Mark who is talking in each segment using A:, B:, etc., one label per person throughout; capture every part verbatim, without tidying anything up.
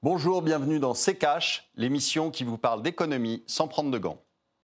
A: Bonjour, bienvenue dans C'est Cash, l'émission qui vous parle d'économie sans prendre de gants.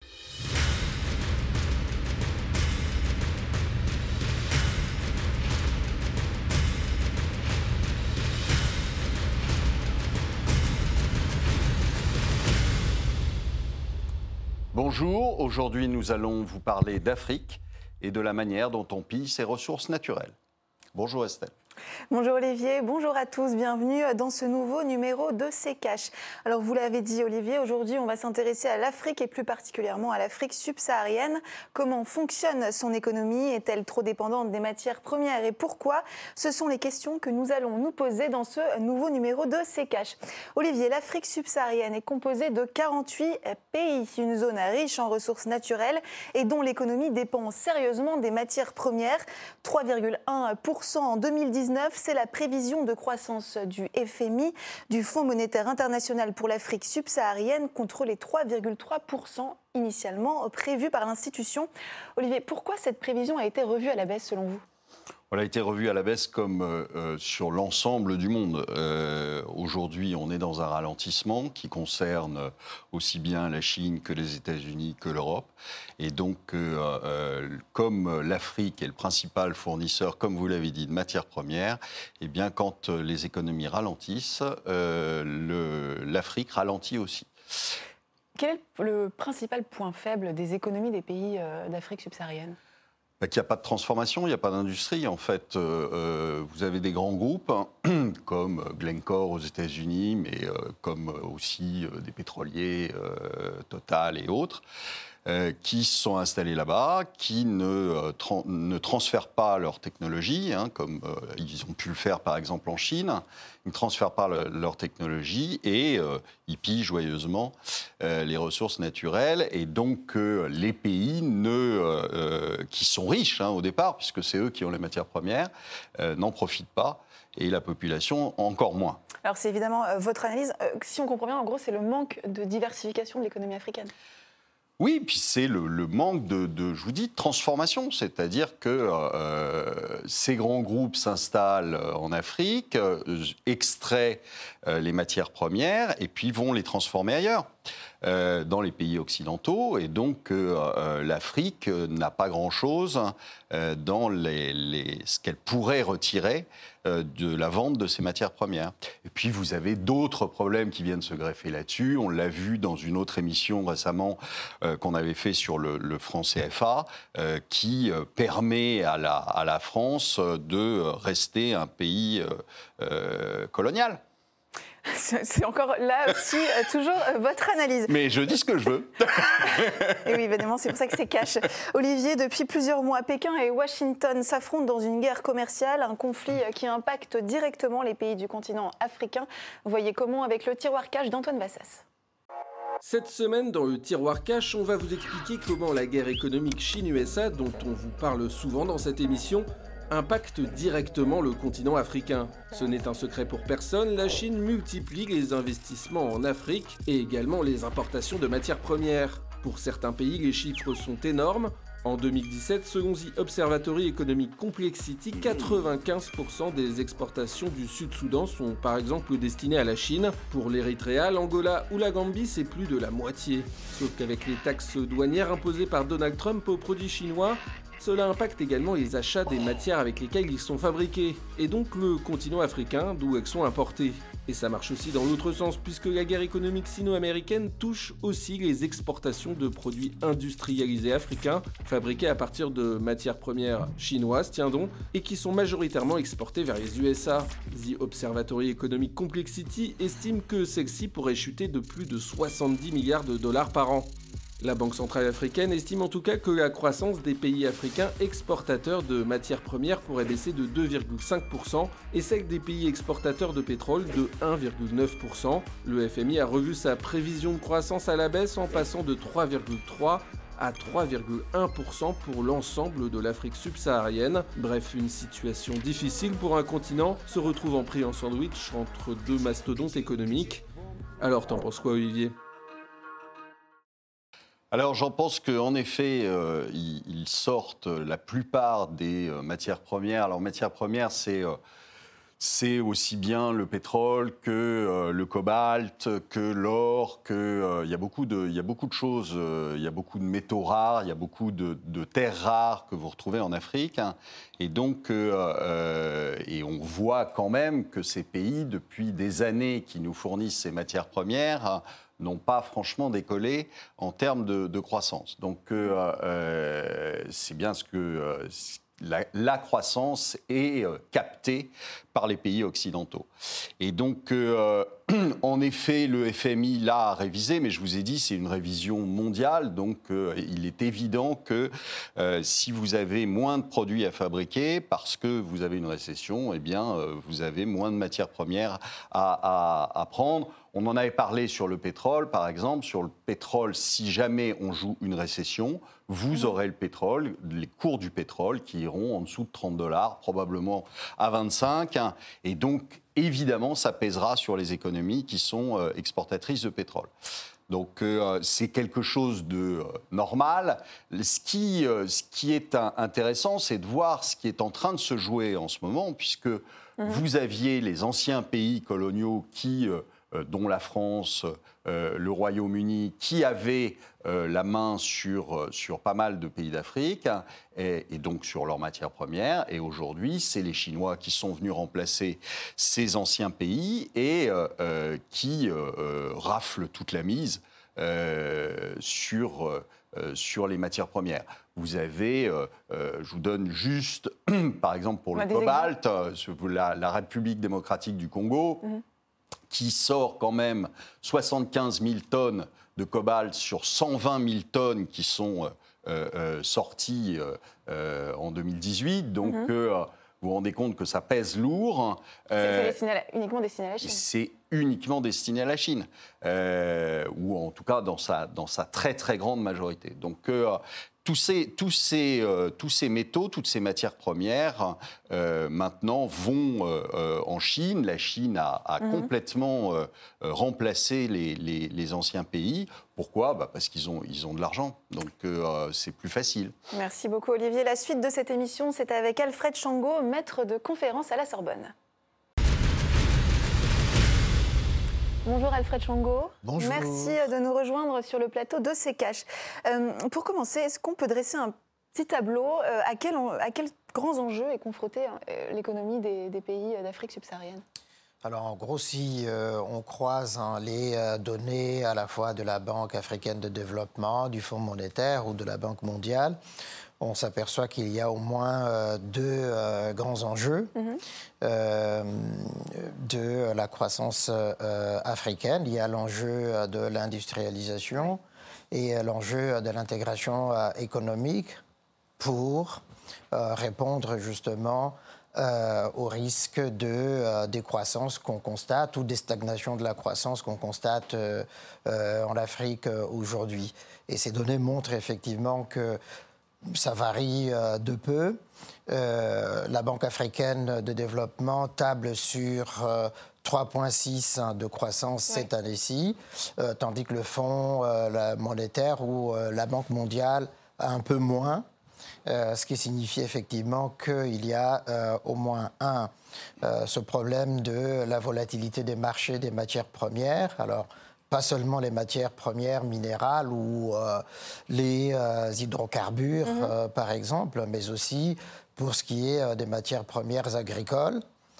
A: Bonjour, aujourd'hui nous allons vous parler d'Afrique et de la manière dont on pille ses ressources naturelles. Bonjour Estelle.
B: Bonjour Olivier, bonjour à tous, bienvenue dans ce nouveau numéro de C'est Cash. Alors vous l'avez dit Olivier, aujourd'hui on va s'intéresser à l'Afrique et plus particulièrement à l'Afrique subsaharienne. Comment fonctionne son économie? Est-elle trop dépendante des matières premières et pourquoi? Ce sont les questions que nous allons nous poser dans ce nouveau numéro de C'est Cash. Olivier, l'Afrique subsaharienne est composée de quarante-huit pays, une zone riche en ressources naturelles et dont l'économie dépend sérieusement des matières premières. trois virgule un pour cent en deux mille dix-neuf. C'est la prévision de croissance du F M I, du Fonds monétaire international pour l'Afrique subsaharienne, contre les trois virgule trois pour cent initialement prévus par l'institution. Olivier, pourquoi cette prévision a été revue à la baisse selon vous ?
A: Elle a été revue à la baisse comme euh, sur l'ensemble du monde. Euh, aujourd'hui, on est dans un ralentissement qui concerne aussi bien la Chine que les États-Unis que l'Europe. Et donc, euh, euh, comme l'Afrique est le principal fournisseur, comme vous l'avez dit, de matières premières, eh bien, quand les économies ralentissent, euh, le, l'Afrique ralentit aussi.
B: Quel est le principal point faible des économies des pays d'Afrique subsaharienne ?
A: Bah, qu'il n'y a pas de transformation, il n'y a pas d'industrie. En fait, euh, vous avez des grands groupes hein, comme Glencore aux États-Unis, mais euh, comme aussi euh, des pétroliers, euh, Total et autres, euh, qui se sont installés là-bas, qui ne, euh, tra- ne transfèrent pas leur technologie, hein, comme euh, ils ont pu le faire par exemple en Chine. Ils ne transfèrent pas le, leur technologie et euh, ils pillent joyeusement euh, les ressources naturelles. Et donc, euh, les pays ne, euh, qui sont riches hein, au départ, puisque c'est eux qui ont les matières premières, euh, n'en profitent pas. Et la population encore moins.
B: Alors, c'est évidemment euh, votre analyse. Euh, si on comprend bien, en gros, c'est le manque de diversification de l'économie africaine.
A: Oui, puis c'est le, le manque de, de, je vous dis, de transformation. C'est-à-dire que euh, ces grands groupes s'installent en Afrique, euh, extraient euh, les matières premières et puis vont les transformer ailleurs, euh, dans les pays occidentaux. Et donc, euh, l'Afrique n'a pas grand-chose euh, dans les, les, ce qu'elle pourrait retirer euh, de la vente de ces matières premières. Et puis, vous avez d'autres problèmes qui viennent se greffer là-dessus. On l'a vu dans une autre émission récemment euh, qu'on avait fait sur le, le franc C F A, euh, qui euh, permet à la, à la France de rester un pays euh, euh, colonial.
B: C'est encore là aussi euh, toujours euh, votre analyse.
A: Mais je dis ce que je veux.
B: Et oui, évidemment, c'est pour ça que c'est cash. Olivier, depuis plusieurs mois, Pékin et Washington s'affrontent dans une guerre commerciale, un conflit qui impacte directement les pays du continent africain. Vous voyez comment avec le tiroir cash d'Antoine Vassas.
C: Cette semaine, dans le tiroir cash, on va vous expliquer comment la guerre économique Chine-U S A, dont on vous parle souvent dans cette émission, impacte directement le continent africain. Ce n'est un secret pour personne, la Chine multiplie les investissements en Afrique et également les importations de matières premières. Pour certains pays, les chiffres sont énormes. En deux mille dix-sept, selon The Observatory Economic Complexity, quatre-vingt-quinze pour cent des exportations du Sud-Soudan sont par exemple destinées à la Chine. Pour l'Érythrée, l'Angola ou la Gambie, c'est plus de la moitié. Sauf qu'avec les taxes douanières imposées par Donald Trump aux produits chinois, cela impacte également les achats des matières avec lesquelles ils sont fabriqués, et donc le continent africain d'où elles sont importées. Et ça marche aussi dans l'autre sens, puisque la guerre économique sino-américaine touche aussi les exportations de produits industrialisés africains, fabriqués à partir de matières premières chinoises, tiens donc, et qui sont majoritairement exportés vers les U S A. The Observatory Economic Complexity estime que celle-ci pourrait chuter de plus de soixante-dix milliards de dollars par an. La Banque centrale africaine estime en tout cas que la croissance des pays africains exportateurs de matières premières pourrait baisser de deux virgule cinq pour cent et celle des pays exportateurs de pétrole de un virgule neuf pour cent. Le F M I a revu sa prévision de croissance à la baisse en passant de trois virgule trois à trois virgule un pour cent pour l'ensemble de l'Afrique subsaharienne. Bref, une situation difficile pour un continent se retrouvant pris en sandwich entre deux mastodontes économiques. Alors t'en penses quoi, Olivier ?
A: Alors j'en pense qu'en effet, euh, ils, ils sortent la plupart des euh, matières premières. Alors matières premières, c'est, euh, c'est aussi bien le pétrole que euh, le cobalt, que l'or, que euh, il y a beaucoup de, il y a beaucoup de choses, euh, il y a beaucoup de métaux rares, il y a beaucoup de, de terres rares que vous retrouvez en Afrique, hein, et donc euh, euh, et on voit quand même que ces pays, depuis des années, qui nous fournissent ces matières premières, hein, n'ont pas franchement décollé en termes de, de croissance. Donc euh, euh, c'est bien ce que euh, La, la croissance est euh, captée par les pays occidentaux. Et donc, euh, en effet, le F M I l'a révisé, mais je vous ai dit, c'est une révision mondiale, donc euh, il est évident que euh, si vous avez moins de produits à fabriquer, parce que vous avez une récession, eh bien, euh, vous avez moins de matières premières à, à, à prendre. On en avait parlé sur le pétrole, par exemple. Sur le pétrole, si jamais on joue une récession, vous aurez le pétrole, les cours du pétrole qui iront en dessous de trente dollars, probablement à vingt-cinq. Et donc, évidemment, ça pèsera sur les économies qui sont euh, exportatrices de pétrole. Donc, euh, c'est quelque chose de euh, normal. Ce qui, euh, ce qui est un, intéressant, c'est de voir ce qui est en train de se jouer en ce moment, puisque mmh. vous aviez les anciens pays coloniaux qui... Euh, dont la France, euh, le Royaume-Uni, qui avaient euh, la main sur, sur pas mal de pays d'Afrique, et, et donc sur leurs matières premières. Et aujourd'hui, c'est les Chinois qui sont venus remplacer ces anciens pays et euh, euh, qui euh, raflent toute la mise euh, sur... Euh, sur les matières premières. Vous avez, euh, euh, je vous donne juste, par exemple pour le cobalt, euh, la, la République démocratique du Congo, mmh. qui sort quand même soixante-quinze mille tonnes de cobalt sur cent vingt mille tonnes qui sont euh, euh, sorties euh, euh, en deux mille dix-huit. Donc, mmh. euh, vous vous rendez compte que ça pèse lourd.
B: Euh, c'est uniquement destiné à la Chine.
A: C'est uniquement destiné à la Chine, euh, ou en tout cas dans sa, dans sa très très grande majorité. Donc euh, tous, ces, tous, ces, euh, tous ces métaux, toutes ces matières premières, euh, maintenant vont euh, en Chine. La Chine a, a mmh. complètement euh, remplacé les, les, les anciens pays. Pourquoi ? Bah parce qu'ils ont, ils ont de l'argent, donc euh, c'est plus facile.
B: Merci beaucoup Olivier. La suite de cette émission, c'est avec Alfred Chango, maître de conférence à la Sorbonne. Bonjour Alfred Chango.
D: Bonjour.
B: Merci de nous rejoindre sur le plateau de C Cash. Euh, pour commencer, est-ce qu'on peut dresser un petit tableau euh, à, quel, à quels grands enjeux est confrontée euh, l'économie des, des pays d'Afrique subsaharienne ?
D: Alors en gros, si euh, on croise hein, les euh, données à la fois de la Banque africaine de développement, du Fonds monétaire ou de la Banque mondiale, on s'aperçoit qu'il y a au moins euh, deux euh, grands enjeux mm-hmm. euh, de la croissance euh, africaine. Il y a l'enjeu de l'industrialisation et l'enjeu de l'intégration euh, économique pour euh, répondre justement euh, au risque de euh, décroissance qu'on constate ou des stagnations de la croissance qu'on constate euh, euh, en Afrique euh, aujourd'hui. Et ces données montrent effectivement que ça varie euh, de peu. Euh, la Banque africaine de développement table sur euh, trois virgule six hein, de croissance oui. cette année-ci, euh, tandis que le Fonds euh, la monétaire ou euh, la Banque mondiale a un peu moins, euh, ce qui signifie effectivement qu'il y a euh, au moins un, euh, ce problème de la volatilité des marchés des matières premières. Alors, pas seulement les matières premières minérales ou euh, les euh, hydrocarbures, mmh. euh, par exemple, mais aussi pour ce qui est euh, des matières premières agricoles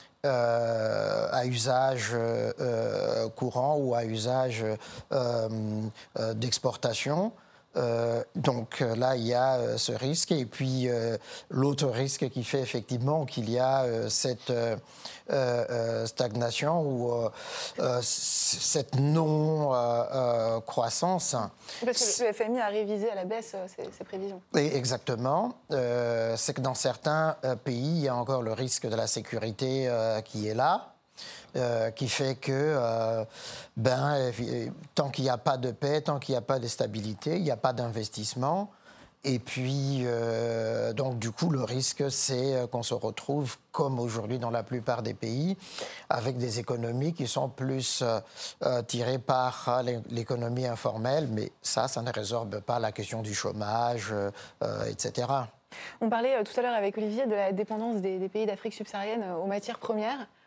D: euh, à usage euh, courant ou à usage euh, euh, d'exportation. Euh, donc là, il y a euh, ce risque. Et puis, euh, l'autre risque qui fait effectivement qu'il y a euh, cette euh, euh, stagnation ou euh, euh, cette non-croissance. Euh,
B: Parce que le F M I a révisé à la baisse euh, ses, ses prévisions.
D: Et exactement. Euh, c'est que dans certains euh, pays, il y a encore le risque de la sécurité euh, qui est là. Euh, qui fait que euh, ben, euh, tant qu'il n'y a pas de paix, tant qu'il n'y a pas de stabilité, il n'y a pas d'investissement. Et puis, euh, donc, du coup, le risque, c'est qu'on se retrouve, comme aujourd'hui dans la plupart des pays, avec des économies qui sont plus euh, tirées par l'économie informelle. Mais ça, ça ne résorbe pas la question du chômage, euh, et cetera.
B: On parlait euh, tout à l'heure avec Olivier de la dépendance des, des pays d'Afrique subsaharienne euh, aux matières premières.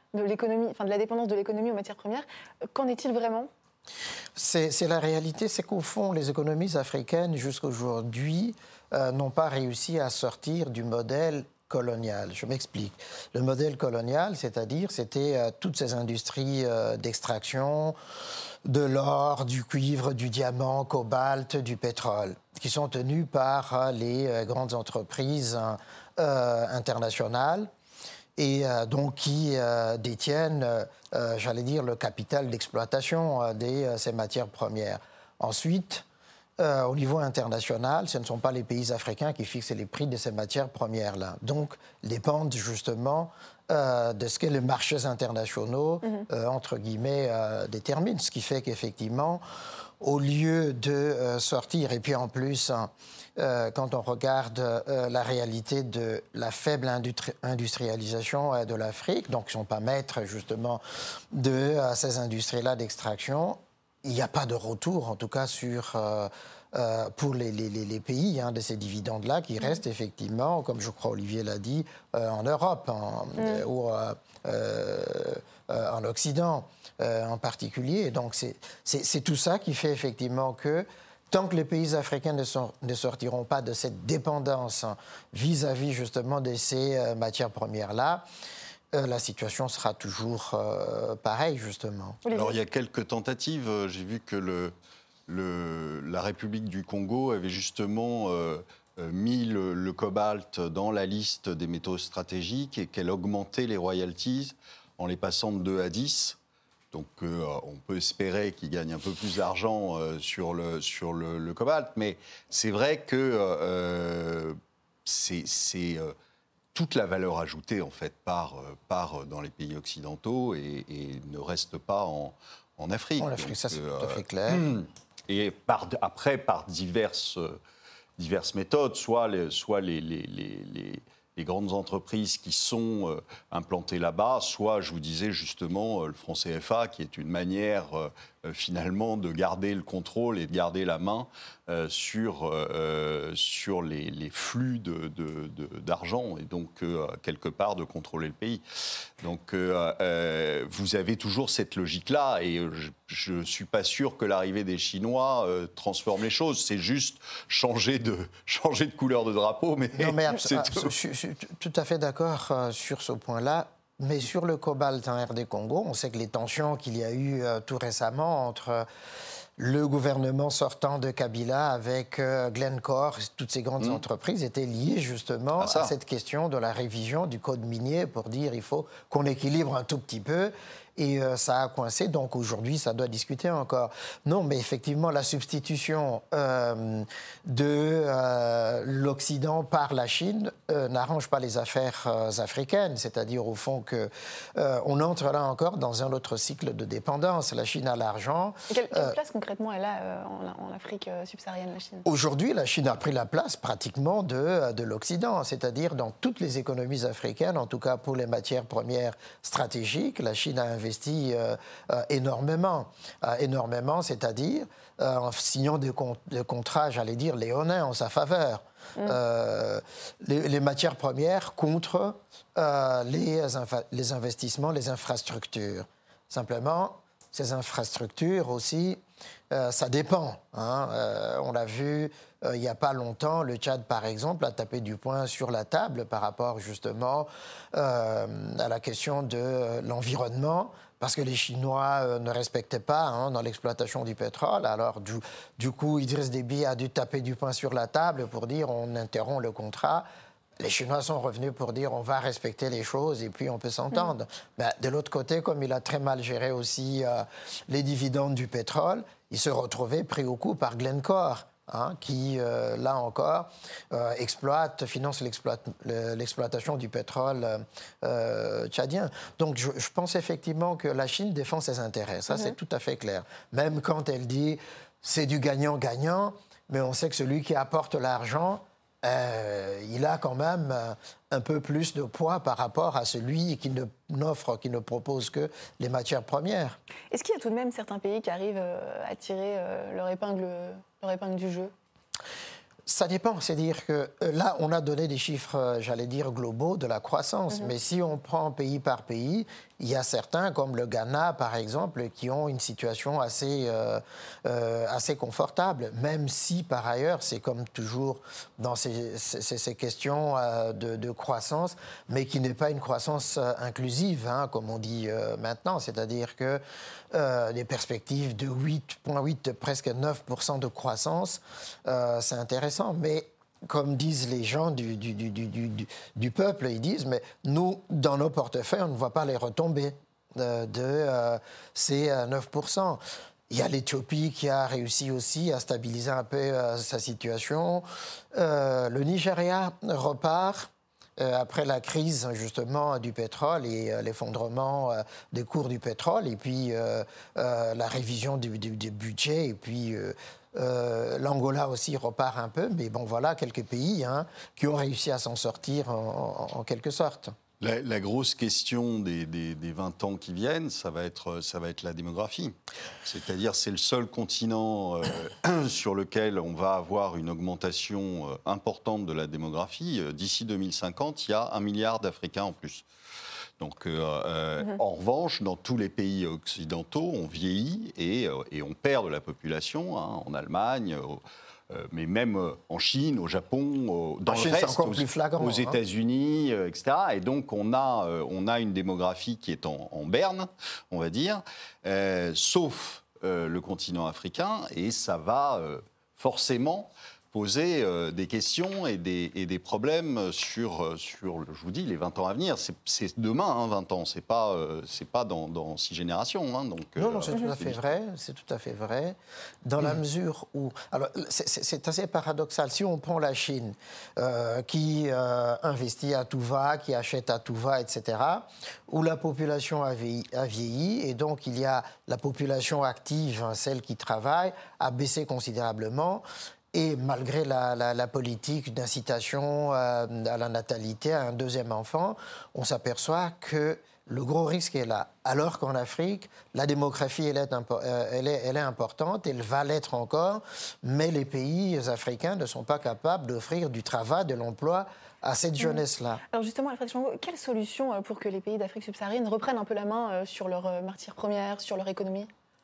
B: de l'économie, enfin de la dépendance de l'économie aux matières premières. Qu'en est-il vraiment ?
D: C'est, c'est la réalité, c'est qu'au fond, les économies africaines, jusqu'à aujourd'hui, euh, n'ont pas réussi à sortir du modèle colonial. Je m'explique. Le modèle colonial, c'est-à-dire, c'était euh, toutes ces industries euh, d'extraction, de l'or, du cuivre, du diamant, cobalt, du pétrole, qui sont tenues par euh, les euh, grandes entreprises euh, internationales et euh, donc qui euh, détiennent, euh, j'allais dire, le capital d'exploitation euh, de euh, ces matières premières. Ensuite, euh, au niveau international, ce ne sont pas les pays africains qui fixent les prix de ces matières premières-là. Donc, ils dépendent justement euh, de ce que les marchés internationaux, mmh. euh, entre guillemets, euh, déterminent. Ce qui fait qu'effectivement, au lieu de euh, sortir, et puis en plus, hein, euh, quand on regarde euh, la réalité de la faible industri- industrialisation euh, de l'Afrique, donc ils ne sont pas maîtres justement de euh, ces industries-là d'extraction, il n'y a pas de retour, en tout cas, sur, euh, euh, pour les, les, les pays hein, de ces dividendes-là qui restent mmh. effectivement, comme je crois Olivier l'a dit, euh, en Europe en, mmh. euh, ou euh, euh, euh, en Occident euh, en particulier. Donc c'est, c'est, c'est tout ça qui fait effectivement que tant que les pays africains ne, sont, ne sortiront pas de cette dépendance vis-à-vis justement de ces euh, matières premières-là, Euh, la situation sera toujours euh, pareille, justement.
A: Alors, il y a quelques tentatives. J'ai vu que le, le, la République du Congo avait justement euh, mis le, le cobalt dans la liste des métaux stratégiques et qu'elle augmentait les royalties en les passant de deux à dix. Donc, euh, on peut espérer qu'ils gagnent un peu plus d'argent euh, sur, le, sur le, le cobalt. Mais c'est vrai que euh, c'est... c'est euh, toute la valeur ajoutée, en fait, part, part dans les pays occidentaux et, et ne reste pas en, en Afrique.
D: En Afrique, ça c'est
A: euh,
D: tout à fait clair.
A: Et par, après, par diverses, diverses méthodes, soit les, soit les, les, les, les, les grandes entreprises qui sont euh, implantées là-bas, soit, je vous disais justement, euh, le franc C F A, qui est une manière, euh, finalement, de garder le contrôle et de garder la main Euh, sur, euh, sur les, les flux de, de, de, d'argent et donc, euh, quelque part, de contrôler le pays. Donc, euh, euh, vous avez toujours cette logique-là et je ne suis pas sûr que l'arrivée des Chinois euh, transforme les choses. C'est juste changer de, changer de couleur de drapeau, mais,
D: non, mais
A: c'est
D: ah,
A: tout.
D: Je, je suis tout à fait d'accord euh, sur ce point-là. Mais sur le cobalt en R D Congo, on sait que les tensions qu'il y a eu euh, tout récemment entre... Euh, le gouvernement sortant de Kabila avec euh, Glencore, toutes ces grandes mmh. entreprises étaient liées justement à, à cette question de la révision du code minier pour dire il faut qu'on équilibre un tout petit peu. Et euh, ça a coincé, donc aujourd'hui, ça doit discuter encore. Non, mais effectivement, la substitution euh, de euh, l'Occident par la Chine euh, n'arrange pas les affaires euh, africaines, c'est-à-dire au fond qu'on euh, entre là encore dans un autre cycle de dépendance. La Chine a l'argent.
B: Et quelle, quelle euh, place concrètement elle a euh, en, en Afrique euh, subsaharienne, la Chine ?
D: Aujourd'hui, la Chine a pris la place pratiquement de, de l'Occident, c'est-à-dire dans toutes les économies africaines, en tout cas pour les matières premières stratégiques, la Chine a investi investi euh, euh, énormément, euh, énormément, c'est-à-dire euh, en signant des, con- des contrats, j'allais dire, léonins en sa faveur. Mmh. Euh, les, les matières premières contre euh, les, infa- les investissements, les infrastructures. Simplement, ces infrastructures aussi, euh, ça dépend. Hein. Euh, on l'a vu euh, il n'y a pas longtemps, le Tchad, par exemple, a tapé du poing sur la table par rapport justement euh, à la question de euh, l'environnement, parce que les Chinois euh, ne respectaient pas hein, dans l'exploitation du pétrole. Alors, du, du coup, Idriss Déby a dû taper du poing sur la table pour dire on interrompt le contrat. Les Chinois sont revenus pour dire on va respecter les choses et puis on peut s'entendre. Mmh. Ben, de l'autre côté, comme il a très mal géré aussi euh, les dividendes du pétrole, il se retrouvait pris au coup par Glencore, hein, qui, euh, là encore, euh, exploite, finance l'exploit- l'exploitation du pétrole euh, tchadien. Donc je, je pense effectivement que la Chine défend ses intérêts. Ça, mmh. c'est tout à fait clair. Même quand elle dit c'est du gagnant-gagnant, mais on sait que celui qui apporte l'argent, Euh, il a quand même euh, un peu plus de poids par rapport à celui qui ne, n'offre, qui ne propose que les matières premières.
B: Est-ce qu'il y a tout de même certains pays qui arrivent euh, à tirer euh, leur, épingle, leur épingle du jeu ?
D: Ça dépend, c'est-à-dire que euh, là, on a donné des chiffres, euh, j'allais dire, globaux de la croissance. Mm-hmm. Mais si on prend pays par pays, il y a certains, comme le Ghana, par exemple, qui ont une situation assez, euh, euh, assez confortable, même si, par ailleurs, c'est comme toujours dans ces, ces, ces questions euh, de, de croissance, mais qui n'est pas une croissance euh, inclusive, hein, comme on dit euh, maintenant. C'est-à-dire que euh, les perspectives de huit virgule huit, presque neuf pour cent de croissance, euh, c'est intéressant. Mais comme disent les gens du, du, du, du, du, du peuple, ils disent, mais nous, dans nos portefeuilles, on ne voit pas les retombées de, de euh, ces neuf pour cent. Il y a l'Éthiopie qui a réussi aussi à stabiliser un peu euh, sa situation. Euh, le Nigeria repart euh, après la crise, justement, du pétrole et euh, l'effondrement euh, des cours du pétrole, et puis euh, euh, la révision du, du, du budget, et puis... Euh, Euh, L'Angola aussi repart un peu, mais bon, voilà quelques pays hein, qui ont réussi à s'en sortir en, en, en quelque sorte.
A: La, la grosse question des, des, des vingt ans qui viennent, ça va être, ça va être la démographie. C'est-à-dire c'est le seul continent euh, sur lequel on va avoir une augmentation euh, importante de la démographie. Euh, D'ici deux mille cinquante, il y a un milliard d'Africains en plus. Donc, euh, euh, mmh. en revanche, dans tous les pays occidentaux, on vieillit et, euh, et on perd de la population, hein, en Allemagne, euh, mais même en Chine, au Japon, au, dans
D: en
A: le reste, aux,
D: flagrant,
A: aux hein. États-Unis, euh, et cetera. Et donc, on a, euh, on a une démographie qui est en, en berne, on va dire, euh, sauf euh, le continent africain, et ça va euh, forcément poser euh, des questions et des, et des problèmes sur, sur, je vous dis, les vingt ans à venir. C'est, c'est demain, hein, vingt ans, c'est pas, euh, c'est pas dans, dans six générations. Hein, donc,
D: non, non, c'est euh, tout à fait vrai, c'est tout à fait vrai, dans mmh. la mesure où... Alors, c'est, c'est assez paradoxal. Si on prend la Chine, euh, qui euh, investit à tout va, qui achète à tout va, et cetera, où la population a vieilli, a vieilli, et donc il y a la population active, celle qui travaille, a baissé considérablement. Et malgré la, la, la politique d'incitation à, à la natalité, à un deuxième enfant, on s'aperçoit que le gros risque est là. Alors qu'en Afrique, la démographie, elle est, impo- elle est, elle est importante, elle va l'être encore, mais les pays africains ne sont pas capables d'offrir du travail, de l'emploi à cette jeunesse-là.
B: Alors justement, Alfred Changou, quelle solution pour que les pays d'Afrique subsaharienne reprennent un peu la main sur leurs matières premières, sur leur économie ?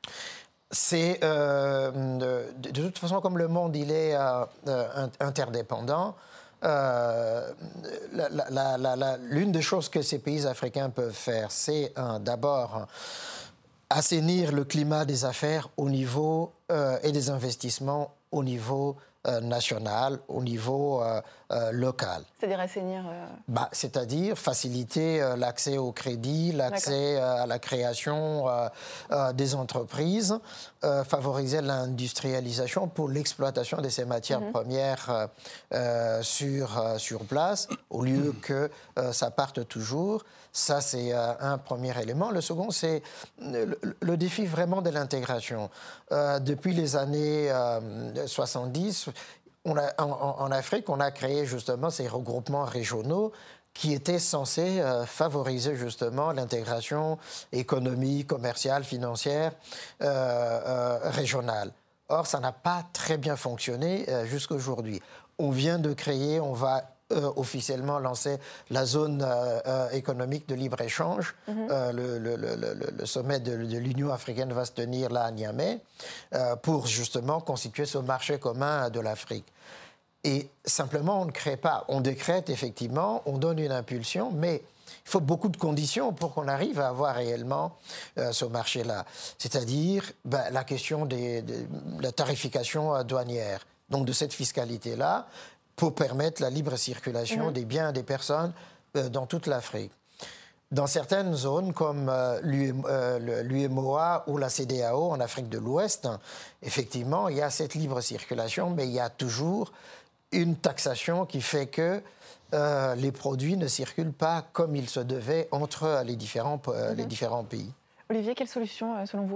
D: C'est, euh, de, de toute façon, comme le monde il est euh, interdépendant, euh, la, la, la, la, l'une des choses que ces pays africains peuvent faire, c'est euh, d'abord assainir le climat des affaires au niveau euh, et des investissements au niveau euh, national, au niveau euh, euh, local.
B: C'est-à-dire assainir euh...
D: bah, C'est-à-dire faciliter euh, l'accès au crédit, l'accès euh, à la création euh, euh, des entreprises, euh, favoriser l'industrialisation pour l'exploitation de ces matières mm-hmm. premières euh, euh, sur, euh, sur place, au lieu que euh, ça parte toujours. Ça, c'est euh, un premier élément. Le second, c'est le, le défi vraiment de l'intégration. Euh, depuis les années euh, soixante-dix, on a, en, en Afrique, on a créé justement ces regroupements régionaux qui étaient censés euh, favoriser justement l'intégration économique, commerciale, financière euh, euh, régionale. Or, ça n'a pas très bien fonctionné euh, jusqu'à aujourd'hui. On vient de créer, on va Euh, officiellement lancer la zone euh, euh, économique de libre-échange. Mm-hmm. Euh, le, le, le, le sommet de, de l'Union africaine va se tenir là à Niamey euh, pour justement constituer ce marché commun de l'Afrique. Et simplement, on ne crée pas. On décrète effectivement, on donne une impulsion, mais il faut beaucoup de conditions pour qu'on arrive à avoir réellement euh, ce marché-là. C'est-à-dire ben, la question de la tarification douanière, donc de cette fiscalité-là, pour permettre la libre circulation mmh. des biens et des personnes euh, dans toute l'Afrique. Dans certaines zones, comme euh, l'U M O A ou la C D A O en Afrique de l'Ouest, effectivement, il y a cette libre circulation, mais il y a toujours une taxation qui fait que euh, les produits ne circulent pas comme il se devait entre les différents, euh, mmh. les différents pays.
B: Olivier, quelle solution, euh, selon vous ?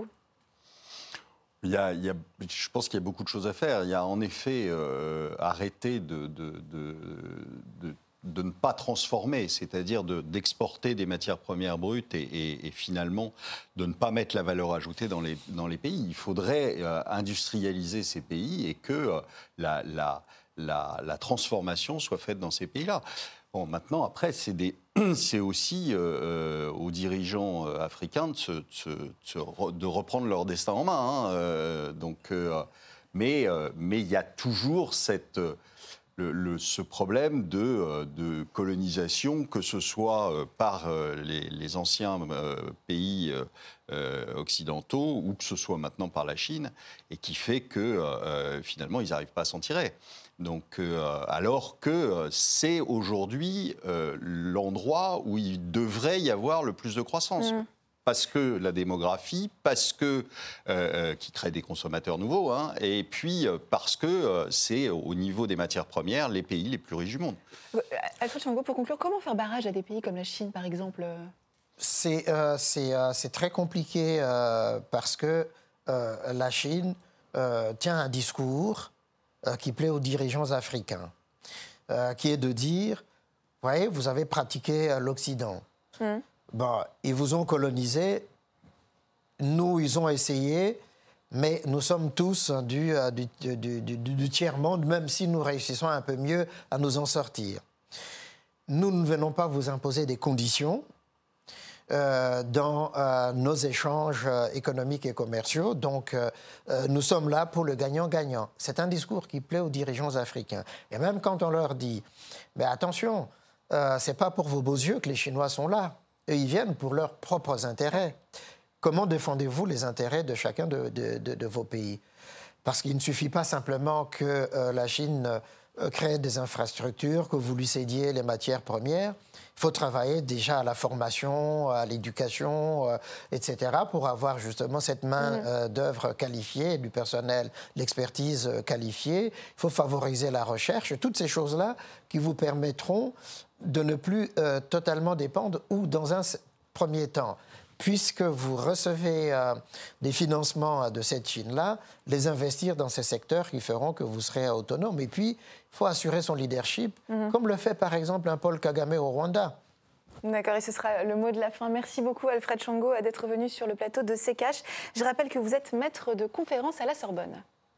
A: Il y a, il y a, je pense qu'il y a beaucoup de choses à faire. Il y a en effet euh, arrêter de, de, de, de, de ne pas transformer, c'est-à-dire de, d'exporter des matières premières brutes et, et, et finalement de ne pas mettre la valeur ajoutée dans les, dans les pays. Il faudrait euh, industrialiser ces pays et que euh, la, la, la, la transformation soit faite dans ces pays-là. Bon, maintenant, après, c'est, des, c'est aussi euh, aux dirigeants africains de, se, de, se, de reprendre leur destin en main. Hein, euh, donc, euh, mais euh, mais il y a toujours cette, le, le, ce problème de, de colonisation, que ce soit par les, les anciens euh, pays euh, occidentaux ou que ce soit maintenant par la Chine, et qui fait que euh, finalement, ils n'arrivent pas à s'en tirer. Donc, euh, alors que c'est aujourd'hui euh, l'endroit où il devrait y avoir le plus de croissance. Mmh. Parce que la démographie, parce que euh, qui crée des consommateurs nouveaux, hein, et puis euh, parce que euh, c'est au niveau des matières premières les pays les plus riches du monde.
B: Alfred Chango, pour conclure, comment faire barrage à des pays comme la Chine, par exemple ?
D: C'est, euh, c'est, euh, c'est très compliqué euh, parce que euh, la Chine euh, tient un discours Euh, qui plaît aux dirigeants africains, euh, qui est de dire, vous voyez, vous avez pratiqué euh, l'Occident. Mm. Bon, ils vous ont colonisé, nous, ils ont essayé, mais nous sommes tous du, euh, du, du, du, du tiers-monde, même si nous réussissons un peu mieux à nous en sortir. Nous ne venons pas vous imposer des conditions Euh, dans euh, nos échanges euh, économiques et commerciaux. Donc, euh, euh, nous sommes là pour le gagnant-gagnant. C'est un discours qui plaît aux dirigeants africains. Et même quand on leur dit, mais attention, euh, c'est pas pour vos beaux yeux que les Chinois sont là. Eux, ils viennent pour leurs propres intérêts. Comment défendez-vous les intérêts de chacun de, de, de, de vos pays ? Parce qu'il ne suffit pas simplement que euh, la Chine euh, crée des infrastructures, que vous lui cédiez les matières premières. Il faut travailler déjà à la formation, à l'éducation, euh, et cetera, pour avoir justement cette main mmh. euh, d'œuvre qualifiée, du personnel, l'expertise euh, qualifiée. Il faut favoriser la recherche, toutes ces choses-là qui vous permettront de ne plus euh, totalement dépendre, ou dans un premier temps, puisque vous recevez euh, des financements euh, de cette Chine-là, les investir dans ces secteurs qui feront que vous serez autonome. Et puis, il faut assurer son leadership, mmh. comme le fait par exemple un Paul Kagame au Rwanda.
B: D'accord, et ce sera le mot de la fin. Merci beaucoup Alfred Chango d'être venu sur le plateau de C Cash. Je rappelle que vous êtes maître de conférence à la Sorbonne.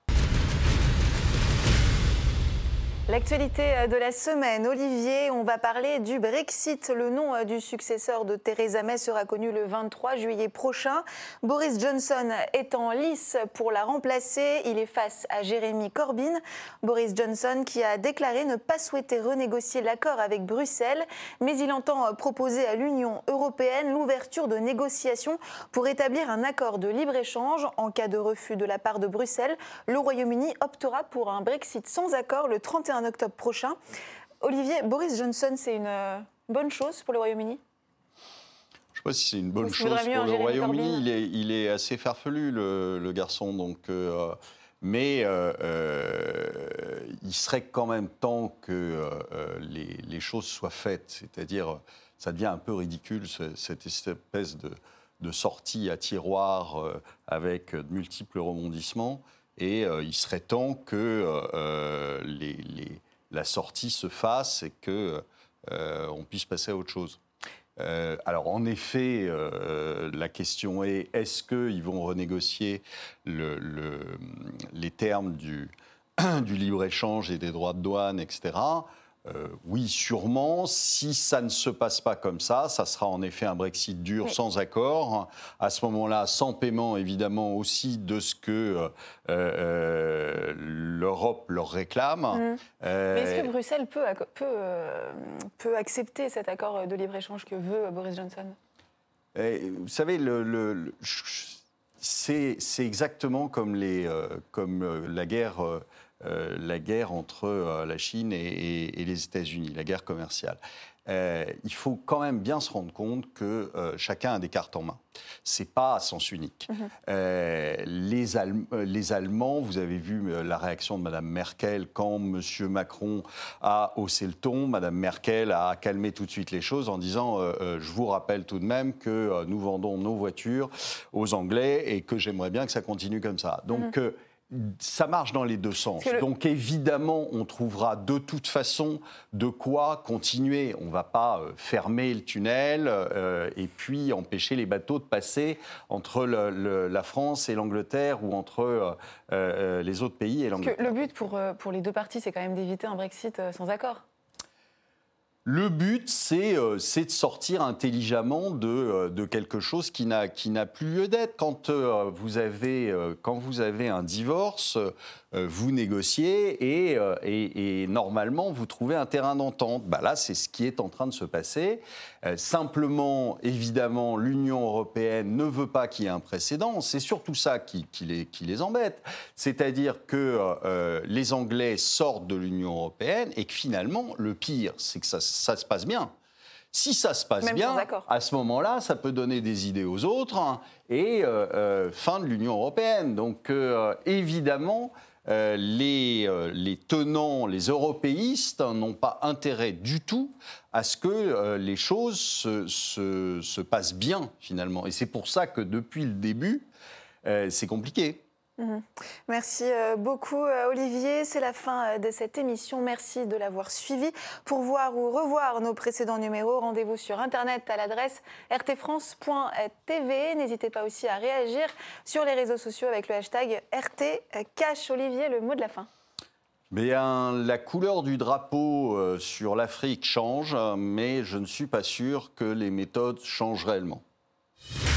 B: L'actualité de la semaine, Olivier, on va parler du Brexit. Le nom du successeur de Theresa May sera connu le vingt-trois juillet prochain. Boris Johnson est en lice pour la remplacer. Il est face à Jeremy Corbyn. Boris Johnson qui a déclaré ne pas souhaiter renégocier l'accord avec Bruxelles, mais il entend proposer à l'Union européenne l'ouverture de négociations pour établir un accord de libre-échange. En cas de refus de la part de Bruxelles, le Royaume-Uni optera pour un Brexit sans accord le trente et un octobre prochain. Olivier, Boris Johnson, c'est une bonne chose pour le Royaume-Uni ?
A: Je ne sais pas si c'est une bonne chose pour le Royaume-Uni. Il est, il est assez farfelu, le, le garçon. Donc, euh, mais euh, euh, il serait quand même temps que euh, les, les choses soient faites. C'est-à-dire, ça devient un peu ridicule, cette espèce de, de sortie à tiroir euh, avec de multiples rebondissements. Et euh, il serait temps que euh, les, les, la sortie se fasse et qu'on euh, puisse passer à autre chose. Euh, alors, en effet, euh, la question est, est-ce qu'ils vont renégocier le, le, les termes du, du libre-échange et des droits de douane, et cetera. Euh, oui, sûrement. Si ça ne se passe pas comme ça, ça sera en effet un Brexit dur, oui. sans accord. À ce moment-là, sans paiement, évidemment, aussi de ce que euh, l'Europe leur réclame. Mmh.
B: Euh... Mais est-ce que Bruxelles peut, peut, euh, peut accepter cet accord de libre-échange que veut Boris Johnson ?
A: Et, vous savez, le, le, le, c'est, c'est exactement comme, les, euh, comme euh, la guerre... Euh, Euh, la guerre entre euh, la Chine et, et, et les États-Unis, la guerre commerciale. Euh, il faut quand même bien se rendre compte que euh, chacun a des cartes en main. Ce n'est pas à sens unique. Mmh. Euh, les, Allem- les Allemands, vous avez vu la réaction de Mme Merkel quand M. Macron a haussé le ton. Mme Merkel a calmé tout de suite les choses en disant euh, euh, « Je vous rappelle tout de même que euh, nous vendons nos voitures aux Anglais et que j'aimerais bien que ça continue comme ça. » Donc, mmh. euh, Ça marche dans les deux sens. Le... Donc évidemment, on trouvera de toute façon de quoi continuer. On ne va pas fermer le tunnel euh, et puis empêcher les bateaux de passer entre le, le, la France et l'Angleterre ou entre euh, euh, les autres pays et l'Angleterre.
B: Parce que le but pour, pour les deux parties, c'est quand même d'éviter un Brexit sans accord.
A: Le but, c'est, euh, c'est de sortir intelligemment de, euh, de quelque chose qui n'a, qui n'a plus lieu d'être. Quand, euh, vous avez, euh, quand vous avez un divorce, euh, vous négociez et, euh, et, et normalement, vous trouvez un terrain d'entente. Bah là, c'est ce qui est en train de se passer. Euh, simplement, évidemment, l'Union européenne ne veut pas qu'il y ait un précédent. C'est surtout ça qui, qui, les, qui les embête. C'est-à-dire que euh, les Anglais sortent de l'Union européenne et que finalement, le pire, c'est que ça, ça se passe bien. Si ça se passe
B: Même
A: bien, à ce moment-là, ça peut donner des idées aux autres hein, et euh, euh, fin de l'Union européenne. Donc, euh, évidemment... Euh, les, euh, les tenants, les européistes hein, n'ont pas intérêt du tout à ce que euh, les choses se, se, se passent bien, finalement. Et c'est pour ça que depuis le début, euh, c'est compliqué.
B: Mmh. Merci beaucoup Olivier, c'est la fin de cette émission, merci de l'avoir suivi. Pour voir ou revoir nos précédents numéros, rendez-vous sur internet à l'adresse r t france point t v. N'hésitez pas aussi à réagir sur les réseaux sociaux avec le hashtag R T Cash. Olivier, le mot de la fin.
A: Bien, la couleur du drapeau euh, sur l'Afrique change, mais je ne suis pas sûr que les méthodes changent réellement.